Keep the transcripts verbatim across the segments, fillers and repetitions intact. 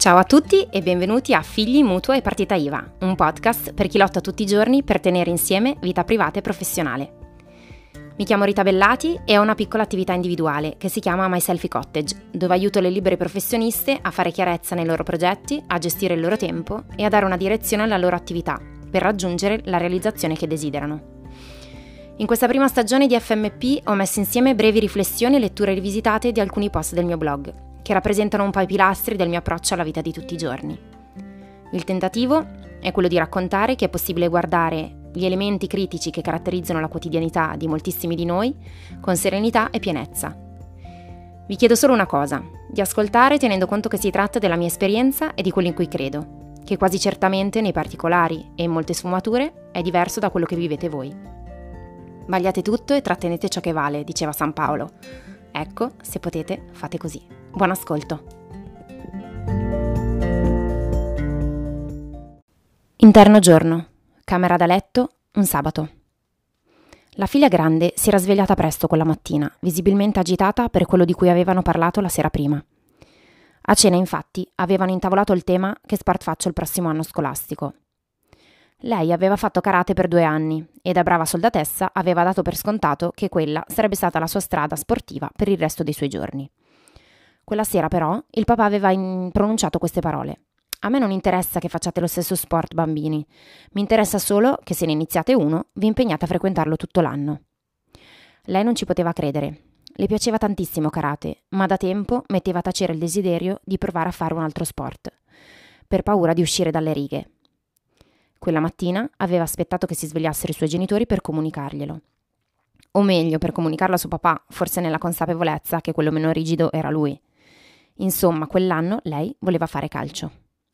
Ciao a tutti e benvenuti a Figli, Mutuo e Partita I V A, un podcast per chi lotta tutti i giorni per tenere insieme vita privata e professionale. Mi chiamo Rita Bellati e ho una piccola attività individuale che si chiama My Selfie Cottage, dove aiuto le libere professioniste a fare chiarezza nei loro progetti, a gestire il loro tempo e a dare una direzione alla loro attività per raggiungere la realizzazione che desiderano. In questa prima stagione di F M P ho messo insieme brevi riflessioni e letture rivisitate di alcuni post del mio blog, che rappresentano un po' i pilastri del mio approccio alla vita di tutti i giorni. Il tentativo è quello di raccontare che è possibile guardare gli elementi critici che caratterizzano la quotidianità di moltissimi di noi con serenità e pienezza. Vi chiedo solo una cosa, di ascoltare tenendo conto che si tratta della mia esperienza e di quello in cui credo, che quasi certamente nei particolari e in molte sfumature è diverso da quello che vivete voi. Vagliate tutto e trattenete ciò che vale, diceva San Paolo. Ecco, se potete, fate così. Buon ascolto. Interno giorno. Camera da letto, un sabato. La figlia grande si era svegliata presto quella mattina, visibilmente agitata per quello di cui avevano parlato la sera prima. A cena, infatti, avevano intavolato il tema che spartfaccio il prossimo anno scolastico. Lei aveva fatto karate per due anni e da brava soldatessa aveva dato per scontato che quella sarebbe stata la sua strada sportiva per il resto dei suoi giorni. Quella sera però il papà aveva in... pronunciato queste parole. A me non interessa che facciate lo stesso sport, bambini. Mi interessa solo che se ne iniziate uno, vi impegnate a frequentarlo tutto l'anno. Lei non ci poteva credere. Le piaceva tantissimo karate, ma da tempo metteva a tacere il desiderio di provare a fare un altro sport, per paura di uscire dalle righe. Quella mattina aveva aspettato che si svegliassero i suoi genitori per comunicarglielo. O meglio, per comunicarlo a suo papà, forse nella consapevolezza che quello meno rigido era lui. Insomma, quell'anno lei voleva fare calcio.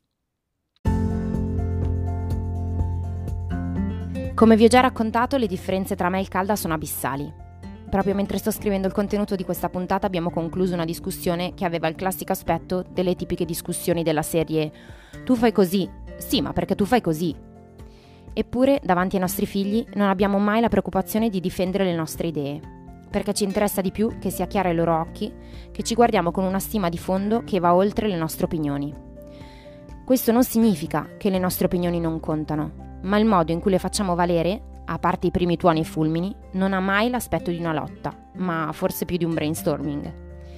Come vi ho già raccontato, le differenze tra me e il Calda sono abissali. Proprio mentre sto scrivendo il contenuto di questa puntata abbiamo concluso una discussione che aveva il classico aspetto delle tipiche discussioni della serie «Tu fai così, sì, ma perché tu fai così?» Eppure, davanti ai nostri figli, non abbiamo mai la preoccupazione di difendere le nostre idee, perché ci interessa di più che sia chiaro ai loro occhi che ci guardiamo con una stima di fondo che va oltre le nostre opinioni. Questo non significa che le nostre opinioni non contano, ma il modo in cui le facciamo valere, a parte i primi tuoni e fulmini, non ha mai l'aspetto di una lotta, ma forse più di un brainstorming.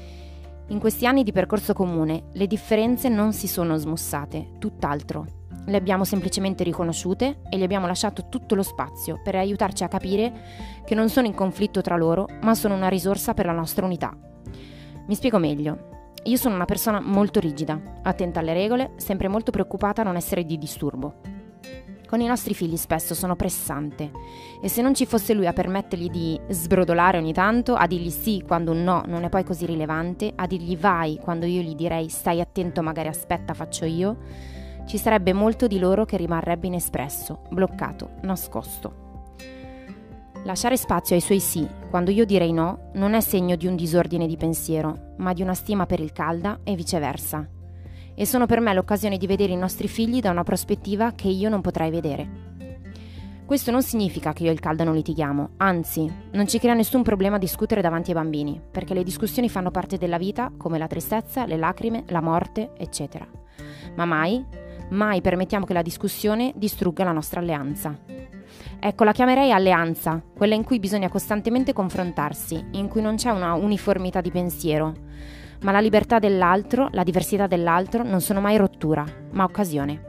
In questi anni di percorso comune, le differenze non si sono smussate, tutt'altro. Le abbiamo semplicemente riconosciute e gli abbiamo lasciato tutto lo spazio per aiutarci a capire che non sono in conflitto tra loro, ma sono una risorsa per la nostra unità. Mi spiego meglio. Io sono una persona molto rigida, attenta alle regole, sempre molto preoccupata a non essere di disturbo. Con i nostri figli spesso sono pressante e se non ci fosse lui a permettergli di sbrodolare ogni tanto, a dirgli sì quando un no non è poi così rilevante, a dirgli vai quando io gli direi stai attento, magari aspetta, faccio io, ci sarebbe molto di loro che rimarrebbe inespresso, bloccato, nascosto. Lasciare spazio ai suoi sì, quando io direi no, non è segno di un disordine di pensiero, ma di una stima per il Calda e viceversa. E sono per me l'occasione di vedere i nostri figli da una prospettiva che io non potrei vedere. Questo non significa che io e il Calda non litighiamo, anzi, non ci crea nessun problema a discutere davanti ai bambini, perché le discussioni fanno parte della vita, come la tristezza, le lacrime, la morte, eccetera. Ma mai, mai permettiamo che la discussione distrugga la nostra alleanza. Ecco, la chiamerei alleanza, quella in cui bisogna costantemente confrontarsi, in cui non c'è una uniformità di pensiero, ma la libertà dell'altro, la diversità dell'altro non sono mai rottura, ma occasione.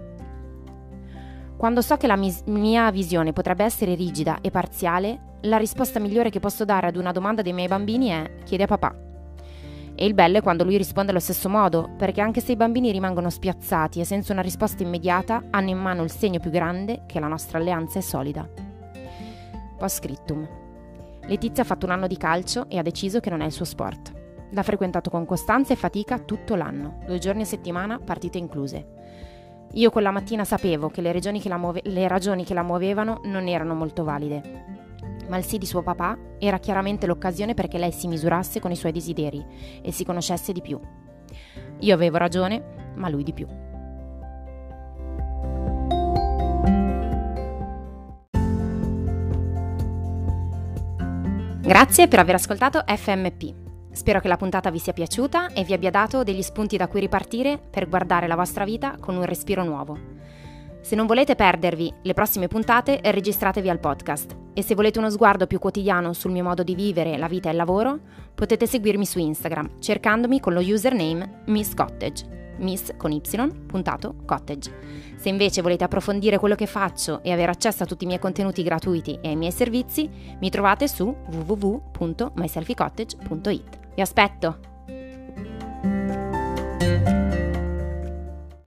Quando so che la mis- mia visione potrebbe essere rigida e parziale, la risposta migliore che posso dare ad una domanda dei miei bambini è chiedi a papà. E il bello è quando lui risponde allo stesso modo, perché anche se i bambini rimangono spiazzati e senza una risposta immediata, hanno in mano il segno più grande che la nostra alleanza è solida. Post scriptum. Letizia ha fatto un anno di calcio e ha deciso che non è il suo sport. L'ha frequentato con costanza e fatica tutto l'anno, due giorni a settimana, partite incluse. Io quella mattina sapevo che le ragioni che la, muove- le ragioni che la muovevano non erano molto valide. Ma il sì di suo papà era chiaramente l'occasione perché lei si misurasse con i suoi desideri e si conoscesse di più. Io avevo ragione, ma lui di più. Grazie per aver ascoltato F M P. Spero che la puntata vi sia piaciuta e vi abbia dato degli spunti da cui ripartire per guardare la vostra vita con un respiro nuovo. Se non volete perdervi le prossime puntate, registratevi al podcast e se volete uno sguardo più quotidiano sul mio modo di vivere la vita e il lavoro, potete seguirmi su Instagram cercandomi con lo username Miss Cottage. Miss con y, puntato, cottage. Se invece volete approfondire quello che faccio e avere accesso a tutti i miei contenuti gratuiti e ai miei servizi, mi trovate su w w w punto my selfie cottage punto i t. Vi aspetto!